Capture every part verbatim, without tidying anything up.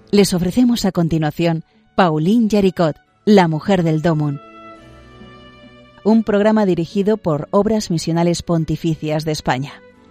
Les ofrecemos a continuación Pauline Jaricot, la mujer del Domun. Un programa dirigido por Obras Misionales Pontificias de España.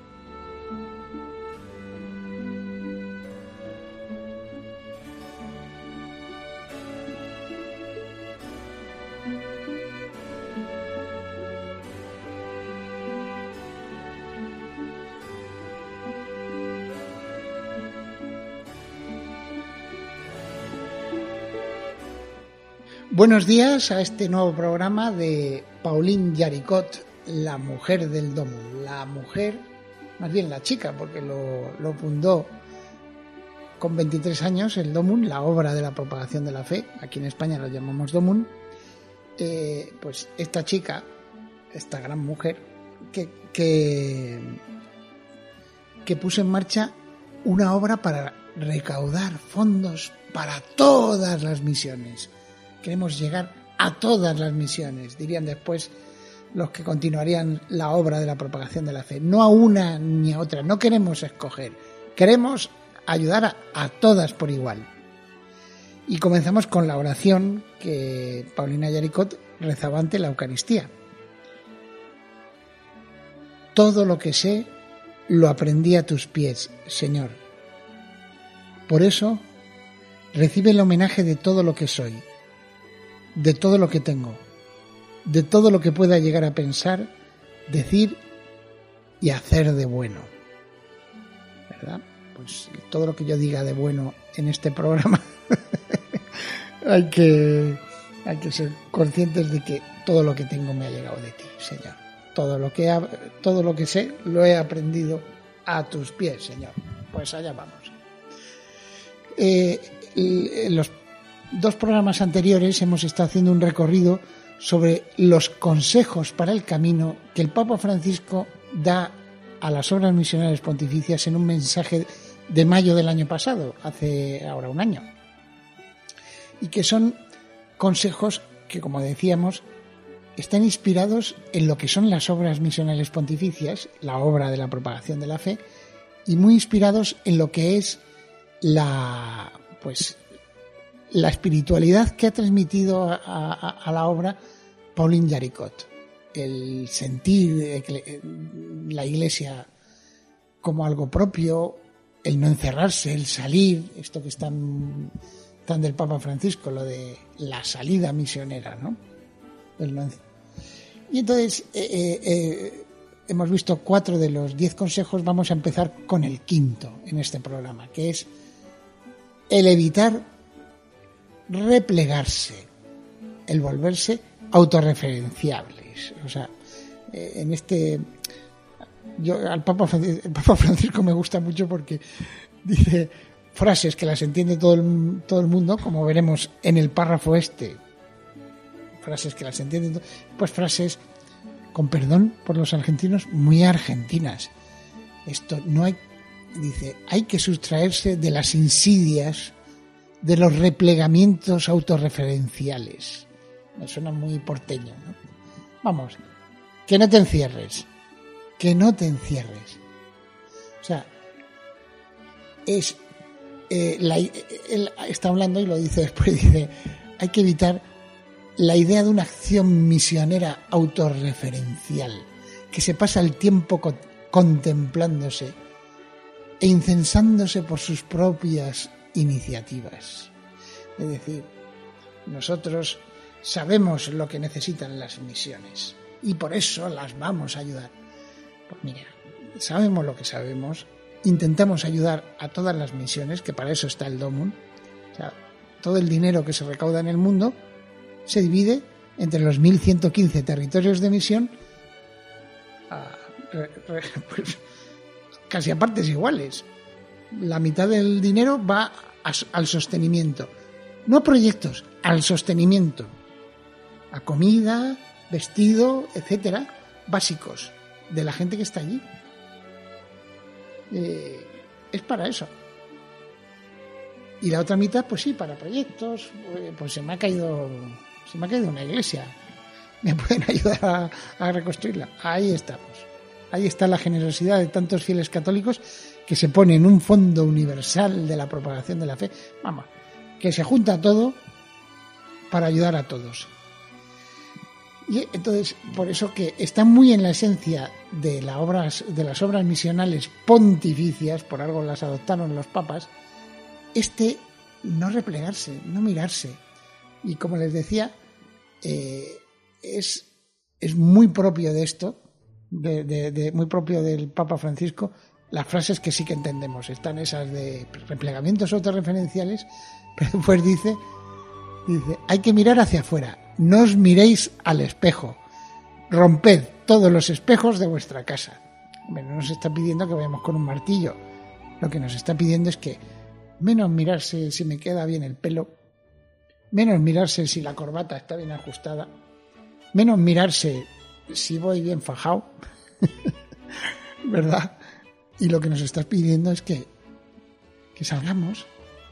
Buenos días a este nuevo programa de Pauline Jaricot, la mujer del Domun. La mujer, más bien la chica, porque lo, lo fundó con veintitrés años el Domun, la obra de la propagación de la fe. Aquí en España lo llamamos Domun. Eh, pues esta chica, esta gran mujer, que, que, que puso en marcha una obra para recaudar fondos para todas las misiones. Queremos llegar a todas las misiones, dirían después los que continuarían la obra de la propagación de la fe. No a una ni a otra, no queremos escoger, queremos ayudar a, a todas por igual. Y comenzamos con la oración que Paulina Jaricot rezaba ante la Eucaristía. Todo lo que sé lo aprendí a tus pies, Señor. Por eso, recibe el homenaje de todo lo que soy, de todo lo que tengo, de todo lo que pueda llegar a pensar, decir y hacer de bueno. ¿Verdad? Pues todo lo que yo diga de bueno en este programa hay que hay que ser conscientes de que todo lo que tengo me ha llegado de ti, Señor. Todo lo que ha, todo lo que sé lo he aprendido a tus pies, Señor. Pues allá vamos. Eh, los dos programas anteriores hemos estado haciendo un recorrido sobre los consejos para el camino que el Papa Francisco da a las obras misionales pontificias en un mensaje de mayo del año pasado, hace ahora un año, y que son consejos que, como decíamos, están inspirados en lo que son las obras misionales pontificias, la obra de la propagación de la fe, y muy inspirados en lo que es la, pues, la espiritualidad que ha transmitido a, a, a la obra Pauline Jaricot, el sentir la Iglesia como algo propio, el no encerrarse, el salir, esto que está tan, tan del Papa Francisco, lo de la salida misionera, ¿no? El no y entonces eh, eh, eh, hemos visto cuatro de los diez consejos. Vamos a empezar con el quinto en este programa, que es el evitar replegarse, el volverse autorreferenciables. O sea, eh, en este yo al Papa Francisco, el Papa Francisco me gusta mucho porque dice frases que las entiende todo el, todo el mundo, como veremos en el párrafo este, frases que las entienden, pues frases, con perdón por los argentinos, muy argentinas. Esto no hay, dice, hay que sustraerse de las insidias de los replegamientos autorreferenciales. Me suena muy porteño, ¿no? Vamos, que no te encierres, que no te encierres. O sea, es eh, la, él está hablando y lo dice después, dice, hay que evitar la idea de una acción misionera autorreferencial, que se pasa el tiempo co- contemplándose e incensándose por sus propias iniciativas. Es decir, nosotros sabemos lo que necesitan las misiones y por eso las vamos a ayudar. Pues mira, sabemos lo que sabemos, intentamos ayudar a todas las misiones, que para eso está el Domun. O sea, todo el dinero que se recauda en el mundo se divide entre los mil ciento quince territorios de misión a, re, re, pues, casi a partes iguales. La mitad del dinero va a, al sostenimiento, no a proyectos, al sostenimiento, a comida, vestido, etcétera, básicos de la gente que está allí. Eh, es para eso. Y la otra mitad, pues sí, para proyectos. Pues se me ha caído, se me ha caído una iglesia. ¿Me pueden ayudar a, a reconstruirla? Ahí estamos. ahí está la generosidad de tantos fieles católicos que se pone en un fondo universal de la propagación de la fe. Vamos, que se junta todo para ayudar a todos. Y entonces, por eso que está muy en la esencia de, la obras, de las obras misionales pontificias, por algo las adoptaron los papas, este no replegarse, no mirarse. Y como les decía, eh, es, es muy propio de esto, de, de, de, muy propio del Papa Francisco, las frases que sí que entendemos. Están esas de replegamientos autorreferenciales, pero después dice, dice, hay que mirar hacia afuera. No os miréis al espejo, romped todos los espejos de vuestra casa. Bueno, no nos está pidiendo que vayamos con un martillo, lo que nos está pidiendo es que menos mirarse si me queda bien el pelo, menos mirarse si la corbata está bien ajustada, menos mirarse si voy bien fajado, ¿verdad? Y lo que nos está pidiendo es que, que salgamos.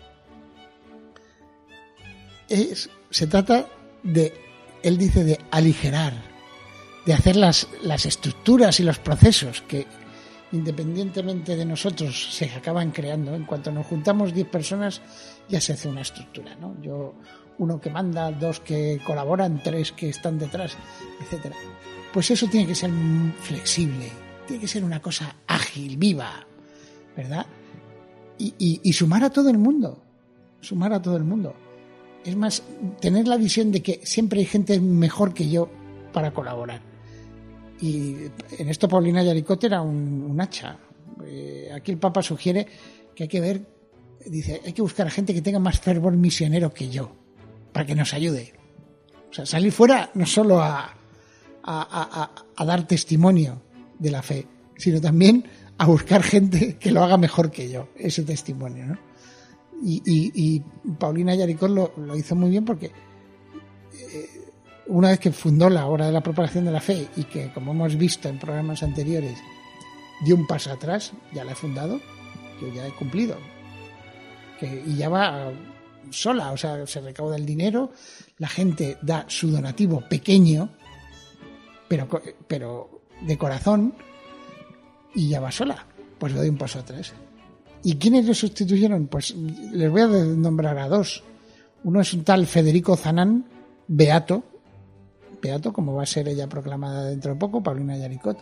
Es, se trata de, él dice, de aligerar, de hacer las, las estructuras y los procesos que independientemente de nosotros se acaban creando. En cuanto nos juntamos diez personas ya se hace una estructura, ¿no? Yo, uno que manda, dos que colaboran, tres que están detrás, etcétera. Pues eso tiene que ser flexible, tiene que ser una cosa ágil, viva, ¿verdad? Y, y, y sumar a todo el mundo, sumar a todo el mundo. Es más, tener la visión de que siempre hay gente mejor que yo para colaborar. Y en esto Paulina Yaricot era un, un hacha. Eh, aquí el Papa sugiere que hay que ver, dice, hay que buscar a gente que tenga más fervor misionero que yo, para que nos ayude. O sea, salir fuera no solo a, a, a, a dar testimonio de la fe, sino también a buscar gente que lo haga mejor que yo, ese testimonio, ¿no? Y, y, y Paulina Yaricot lo, lo hizo muy bien porque eh, una vez que fundó la obra de la propagación de la fe y que, como hemos visto en programas anteriores, dio un paso atrás, ya la he fundado, yo ya he cumplido, que, y ya va sola, o sea, se recauda el dinero, la gente da su donativo pequeño, pero, pero de corazón, y ya va sola, pues le doy un paso atrás. ¿Y quiénes le sustituyeron? Pues les voy a nombrar a dos. Uno es un tal Federico Zanán, beato, beato, como va a ser ella proclamada dentro de poco, Paulina Yaricot,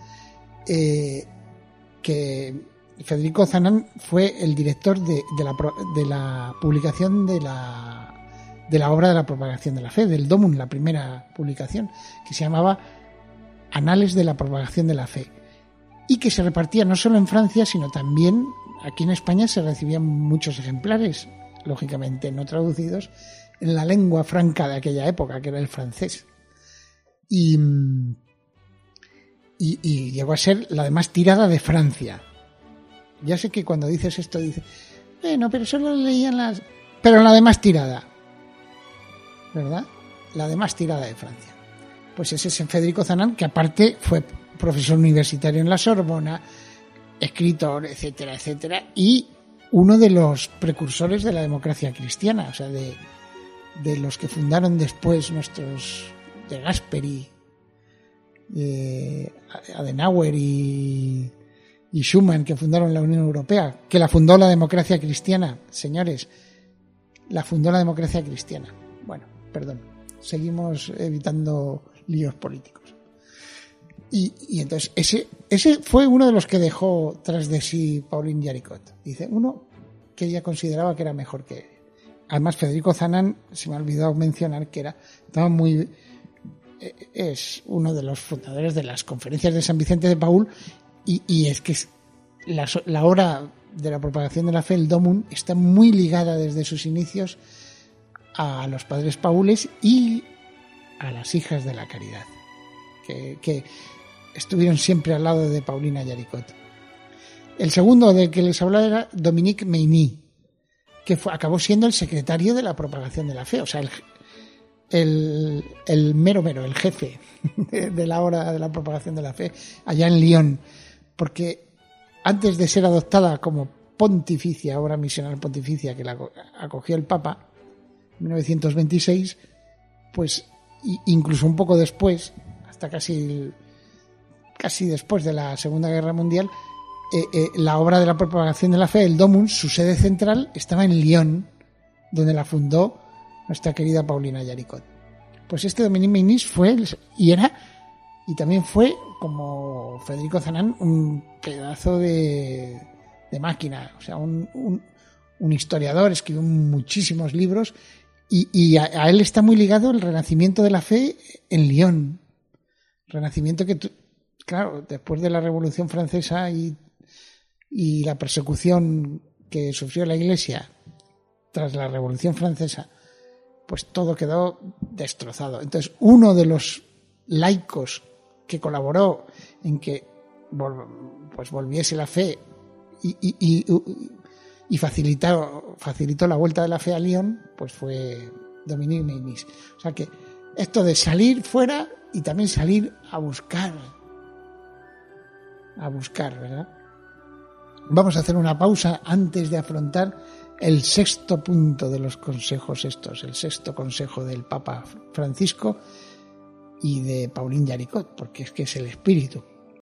eh, que Federico Zanán fue el director de, de, la, de la publicación de la, de la obra de la propagación de la fe, del Domum, la primera publicación, que se llamaba Anales de la propagación de la fe, y que se repartía no solo en Francia, sino también aquí en España se recibían muchos ejemplares, lógicamente no traducidos, en la lengua franca de aquella época, que era el francés. Y, y, y llegó a ser la de más tirada de Francia. Ya sé que cuando dices esto, dices, bueno, pero solo leían las... Pero la de más tirada, ¿verdad? La de más tirada de Francia. Pues ese es Federico Zanán, que aparte fue profesor universitario en la Sorbona, escritor, etcétera, etcétera, y uno de los precursores de la democracia cristiana, o sea, de, de los que fundaron después nuestros, de Gasperi, de Adenauer y, y Schuman, que fundaron la Unión Europea, que la fundó la democracia cristiana, señores, la fundó la democracia cristiana. Bueno, perdón, seguimos evitando líos políticos. Y, y entonces ese, ese fue uno de los que dejó tras de sí Paulina Yaricot. Dice, uno que ella consideraba que era mejor que él. Además, Federico Zanán, se me ha olvidado mencionar que era, estaba muy, es uno de los fundadores de las conferencias de San Vicente de Paúl, y, y es que la, la obra de la propagación de la fe, el Domum, está muy ligada desde sus inicios a los padres paules y a las hijas de la caridad, que, que estuvieron siempre al lado de Paulina Yaricot. El segundo del que les hablaba era Dominique Meiny, que fue, acabó siendo el secretario de la propagación de la fe, o sea, el, el, el mero mero, el jefe de, de la obra de la propagación de la fe, allá en Lyon, porque antes de ser adoptada como pontificia, obra misional pontificia, que la acogió el Papa en mil novecientos veintiséis, pues incluso un poco después, hasta casi el, casi después de la Segunda Guerra Mundial, eh, eh, la obra de la propagación de la fe, el Domun, su sede central estaba en Lyon, donde la fundó nuestra querida Paulina Jaricot. Pues este Dominique Maynis fue y era, y también fue, como Federico Zanán, un pedazo de, de máquina, o sea, un, un, un historiador, escribió muchísimos libros, y, y a, a él está muy ligado el renacimiento de la fe en Lyon. Renacimiento que, claro, después de la Revolución Francesa y, y la persecución que sufrió la Iglesia tras la Revolución Francesa, pues todo quedó destrozado. Entonces, uno de los laicos que colaboró en que pues volviese la fe y, y, y, y facilitó, facilitó la vuelta de la fe a Lyon, pues fue Dominique Maynis. O sea que esto de salir fuera y también salir a buscar, a buscar, ¿verdad? Vamos a hacer una pausa antes de afrontar el sexto punto de los consejos estos, el sexto consejo del Papa Francisco y de Pauline Jaricot, porque es que es el espíritu.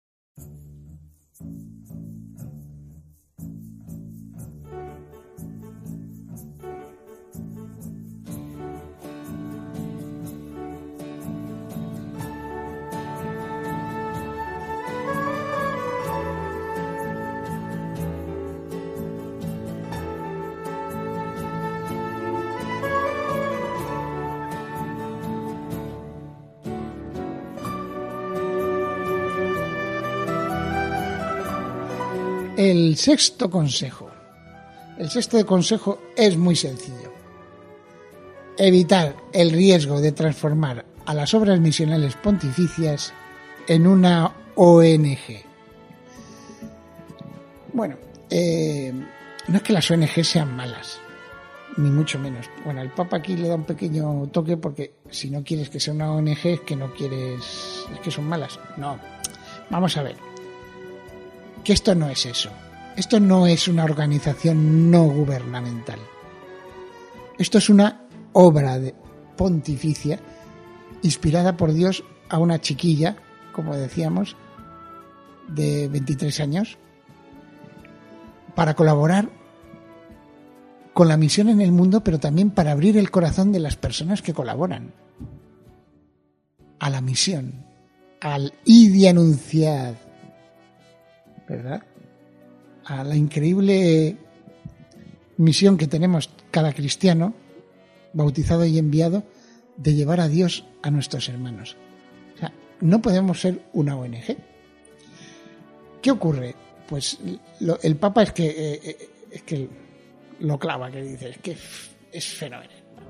El sexto consejo. El sexto consejo es muy sencillo. Evitar el riesgo de transformar a las obras misionales pontificias en una O N G. Bueno, eh, no es que las O N G sean malas, ni mucho menos. Bueno, el Papa aquí le da un pequeño toque porque si no quieres que sea una O N G es que no quieres, es que son malas. No, vamos a ver. Que esto no es eso. Esto no es una organización no gubernamental. Esto es una obra de pontificia inspirada por Dios a una chiquilla, como decíamos, de veintitrés años, para colaborar con la misión en el mundo, pero también para abrir el corazón de las personas que colaboran a la misión, al Idi Anunciad, ¿verdad? A la increíble misión que tenemos cada cristiano, bautizado y enviado, de llevar a Dios a nuestros hermanos. O sea, no podemos ser una O N G. ¿Qué ocurre? Pues lo, el Papa es que, eh, es que lo clava, que dice, es que es fenomenal.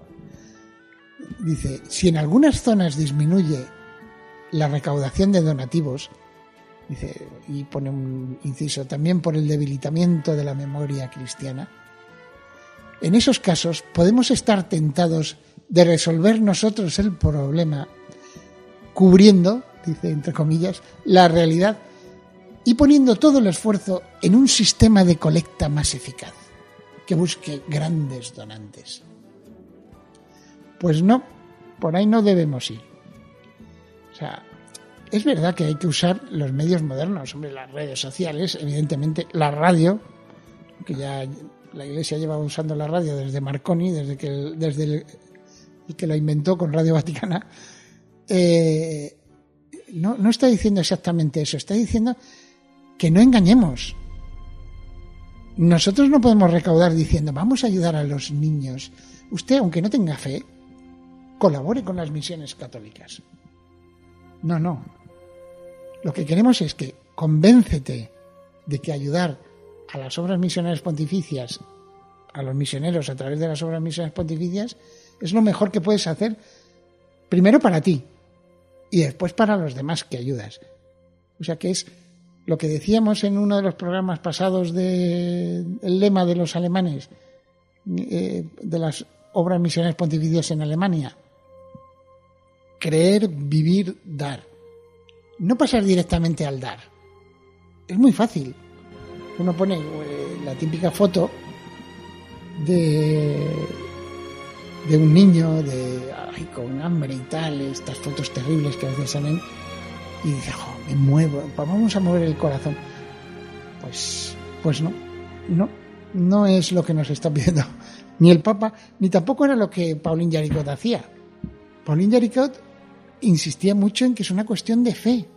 Dice, si en algunas zonas disminuye la recaudación de donativos, dice, y pone un inciso, también por el debilitamiento de la memoria cristiana, en esos casos podemos estar tentados de resolver nosotros el problema cubriendo, dice entre comillas, la realidad y poniendo todo el esfuerzo en un sistema de colecta más eficaz que busque grandes donantes. Pues no, por ahí no debemos ir. O sea, es verdad que hay que usar los medios modernos, hombre, las redes sociales, evidentemente la radio, que ya la Iglesia lleva usando la radio desde Marconi, desde que el, desde el, el que la inventó con Radio Vaticana, eh, no, no está diciendo exactamente eso, está diciendo que no engañemos. Nosotros no podemos recaudar diciendo vamos a ayudar a los niños. Usted, aunque no tenga fe, colabore con las misiones católicas. No, no. Lo que queremos es que convéncete de que ayudar a las obras misionales pontificias, a los misioneros a través de las obras misionales pontificias, es lo mejor que puedes hacer, primero para ti y después para los demás que ayudas. O sea que es lo que decíamos en uno de los programas pasados del lema de los alemanes, eh, de las obras misionales pontificias en Alemania. Creer, vivir, dar. No pasar directamente al dar. Es muy fácil. Uno pone eh, la típica foto de, de un niño de, ay, con hambre y tal, estas fotos terribles que a veces salen, y dice, jo, me muevo, vamos a mover el corazón. Pues, pues no, no, no es lo que nos está pidiendo ni el Papa, ni tampoco era lo que Pauline Jaricot hacía. Pauline Jaricot insistía mucho en que es una cuestión de fe.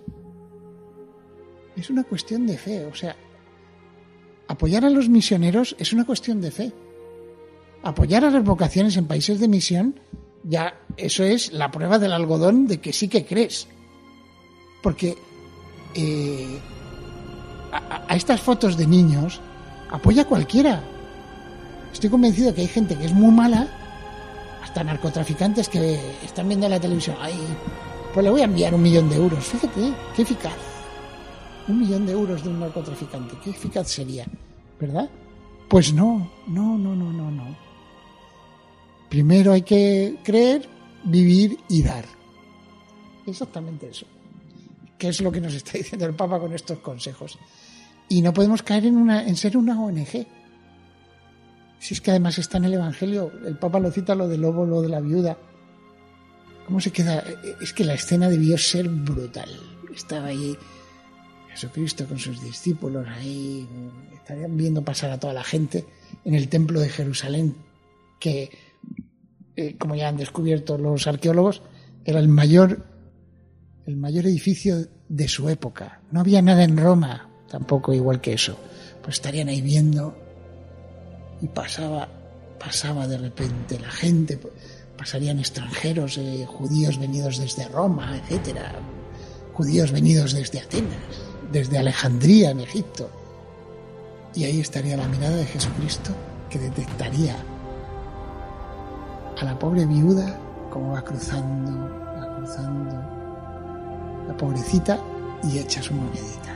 Es una cuestión de fe, o sea, apoyar a los misioneros es una cuestión de fe. Apoyar a las vocaciones en países de misión, ya eso es la prueba del algodón de que sí que crees. Porque eh, a, a estas fotos de niños apoya a cualquiera. Estoy convencido que hay gente que es muy mala, hasta narcotraficantes que están viendo la televisión. Ay, pues le voy a enviar un millón de euros. Fíjate, qué eficaz. Un millón de euros de un narcotraficante, qué eficaz sería, ¿verdad? Pues no, no, no, no, no, no. Primero hay que creer, vivir y dar. Exactamente eso. ¿Qué es lo que nos está diciendo el Papa con estos consejos? Y no podemos caer en, una, en ser una O N G. Si es que además está en el Evangelio, el Papa lo cita, lo del lobo, lo de la viuda. ¿Cómo se queda? Es que la escena debió ser brutal. Estaba ahí Jesucristo con sus discípulos ahí, estarían viendo pasar a toda la gente en el templo de Jerusalén, que, eh, como ya han descubierto los arqueólogos, era el mayor, el mayor edificio de su época. No había nada en Roma, tampoco igual que eso. Pues estarían ahí viendo y pasaba, pasaba de repente la gente, pasarían extranjeros, eh, judíos venidos desde Roma, etcétera, judíos venidos desde Atenas, desde Alejandría en Egipto, y ahí estaría la mirada de Jesucristo, que detectaría a la pobre viuda como va cruzando, va cruzando la pobrecita y echa su monedita,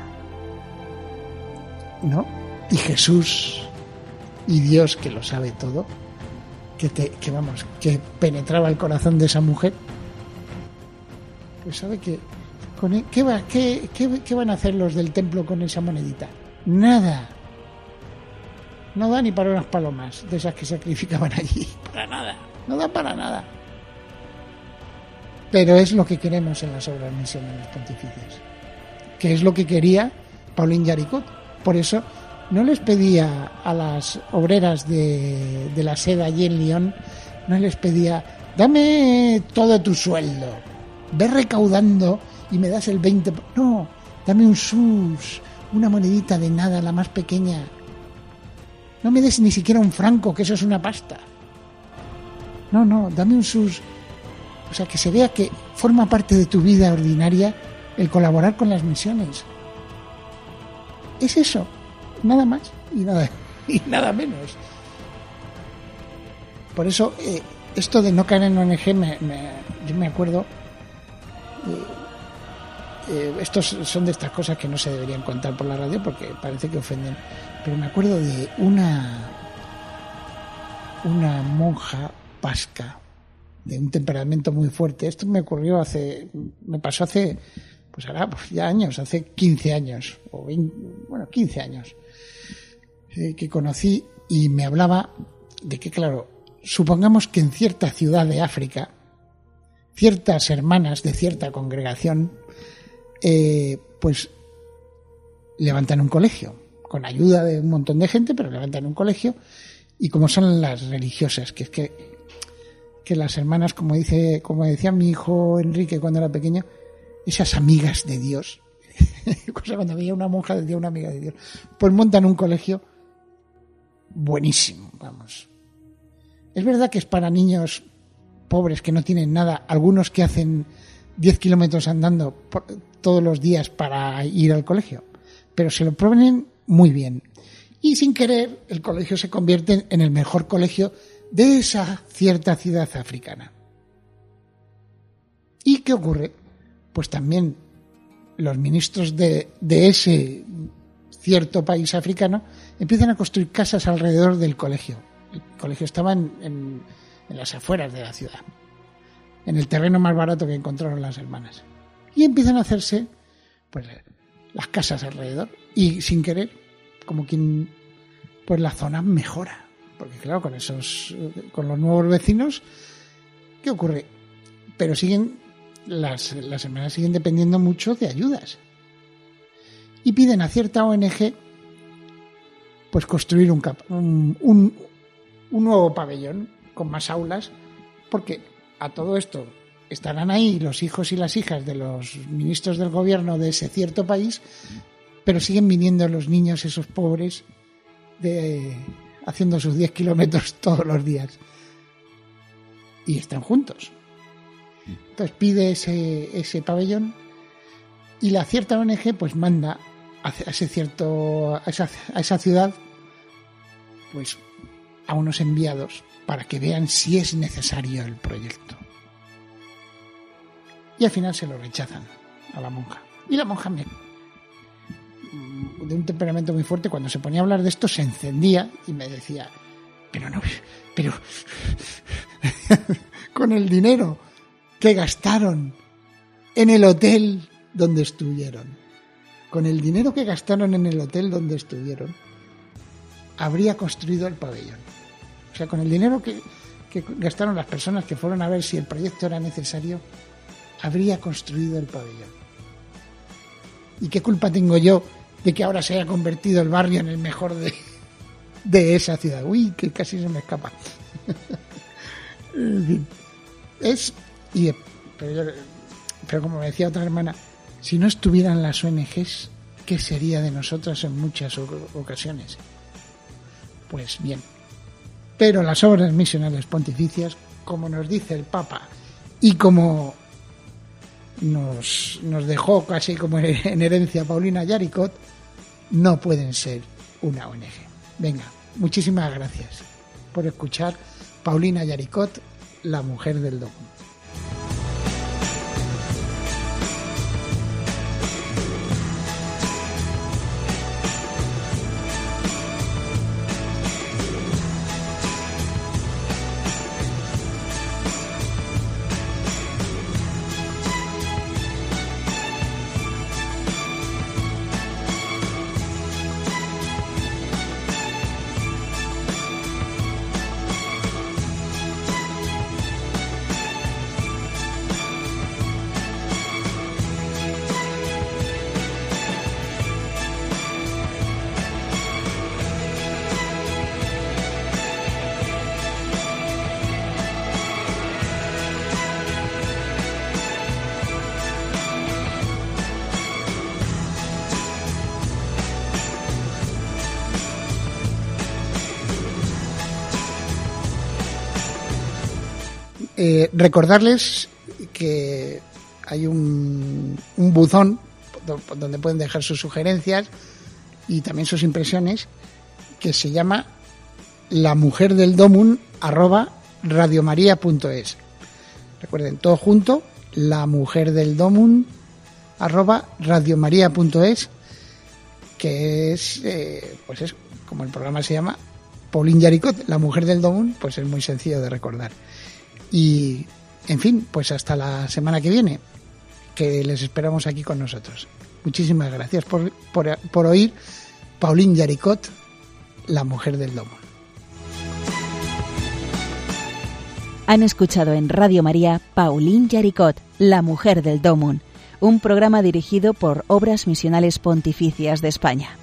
¿no? Y Jesús y Dios, que lo sabe todo, que, te, que vamos, que penetraba el corazón de esa mujer, pues sabe que ¿Qué, va, qué, qué, ¿Qué van a hacer los del templo con esa monedita? Nada. No da ni para unas palomas de esas que sacrificaban allí. Para nada. No da para nada. Pero es lo que queremos en las obras misionales pontificias. Que es lo que quería Pauline Jaricot. Por eso no les pedía a las obreras de, de la seda allí en Lyon, no les pedía, dame todo tu sueldo, ve recaudando y me das el veinte por ciento. No, dame un sus, una monedita de nada, la más pequeña. No me des ni siquiera un franco, que eso es una pasta. No, no, dame un sus. O sea, que se vea que forma parte de tu vida ordinaria el colaborar con las misiones. Es eso, nada más y nada, y nada menos. Por eso, eh, esto de no caer en O N G, me, me, yo me acuerdo... Eh, Eh, estos son de estas cosas que no se deberían contar por la radio porque parece que ofenden, pero me acuerdo de una una monja vasca de un temperamento muy fuerte. Esto me ocurrió hace, me pasó hace, pues ahora pues ya años, hace quince años o veinte, bueno, quince años, eh, que conocí y me hablaba de que, claro, supongamos que en cierta ciudad de África ciertas hermanas de cierta congregación Eh, pues levantan un colegio, con ayuda de un montón de gente, pero levantan un colegio, y como son las religiosas, que es que, que las hermanas, como dice, como decía mi hijo Enrique cuando era pequeño, esas amigas de Dios, cosa cuando veía una monja decía una amiga de Dios, pues montan un colegio buenísimo, vamos. Es verdad que es para niños pobres que no tienen nada, algunos que hacen diez kilómetros andando por, todos los días para ir al colegio, pero se lo proponen muy bien. Y sin querer, el colegio se convierte en el mejor colegio de esa cierta ciudad africana. ¿Y qué ocurre? Pues también los ministros de, de ese cierto país africano empiezan a construir casas alrededor del colegio. El colegio estaba en, en, en las afueras de la ciudad, en el terreno más barato que encontraron las hermanas. Y empiezan a hacerse pues las casas alrededor. Y sin querer, como quien, pues la zona mejora. Porque claro, con esos, con los nuevos vecinos, ¿qué ocurre? Pero siguen las, las hermanas siguen dependiendo mucho de ayudas. Y piden a cierta O N Ge pues construir un, cap, un, un, un nuevo pabellón con más aulas, porque a todo esto estarán ahí los hijos y las hijas de los ministros del gobierno de ese cierto país, pero siguen viniendo los niños esos pobres de, haciendo sus diez kilómetros todos los días. Y están juntos. Entonces pide ese, ese pabellón y la cierta O N Ge pues manda a ese cierto a esa, a esa ciudad pues a unos enviados para que vean si es necesario el proyecto. Y al final se lo rechazan a la monja. Y la monja, me, de un temperamento muy fuerte, cuando se ponía a hablar de esto se encendía y me decía, pero no, pero con el dinero que gastaron en el hotel donde estuvieron, con el dinero que gastaron en el hotel donde estuvieron, habría construido el pabellón. O sea, con el dinero que, que gastaron las personas que fueron a ver si el proyecto era necesario, habría construido el pabellón. ¿Y qué culpa tengo yo de que ahora se haya convertido el barrio en el mejor de, de esa ciudad? Uy, que casi se me escapa. En fin, es... Y, pero, yo, pero como me decía otra hermana, si no estuvieran las O N Ges, ¿qué sería de nosotras en muchas ocasiones? Pues bien. Pero las obras misionales pontificias, como nos dice el Papa y como nos, nos dejó casi como en herencia Paulina Yaricot, no pueden ser una O N Ge. Venga, muchísimas gracias por escuchar Paulina Yaricot, la mujer del Dómum. Eh, recordarles que hay un, un buzón donde pueden dejar sus sugerencias y también sus impresiones, que se llama la mujer del Dómum arroba radiomaria punto es. Recuerden, todo junto, la mujer del Dómum arroba radiomaria punto es, que es, eh, pues es como el programa se llama, Paulina Yaricot, la mujer del Dómum, pues es muy sencillo de recordar. Y, en fin, pues hasta la semana que viene, que les esperamos aquí con nosotros. Muchísimas gracias por, por, por oír Paulina Yaricot, la mujer del Dómum. Han escuchado en Radio María Paulina Yaricot, la mujer del Dómum, un programa dirigido por Obras Misionales Pontificias de España.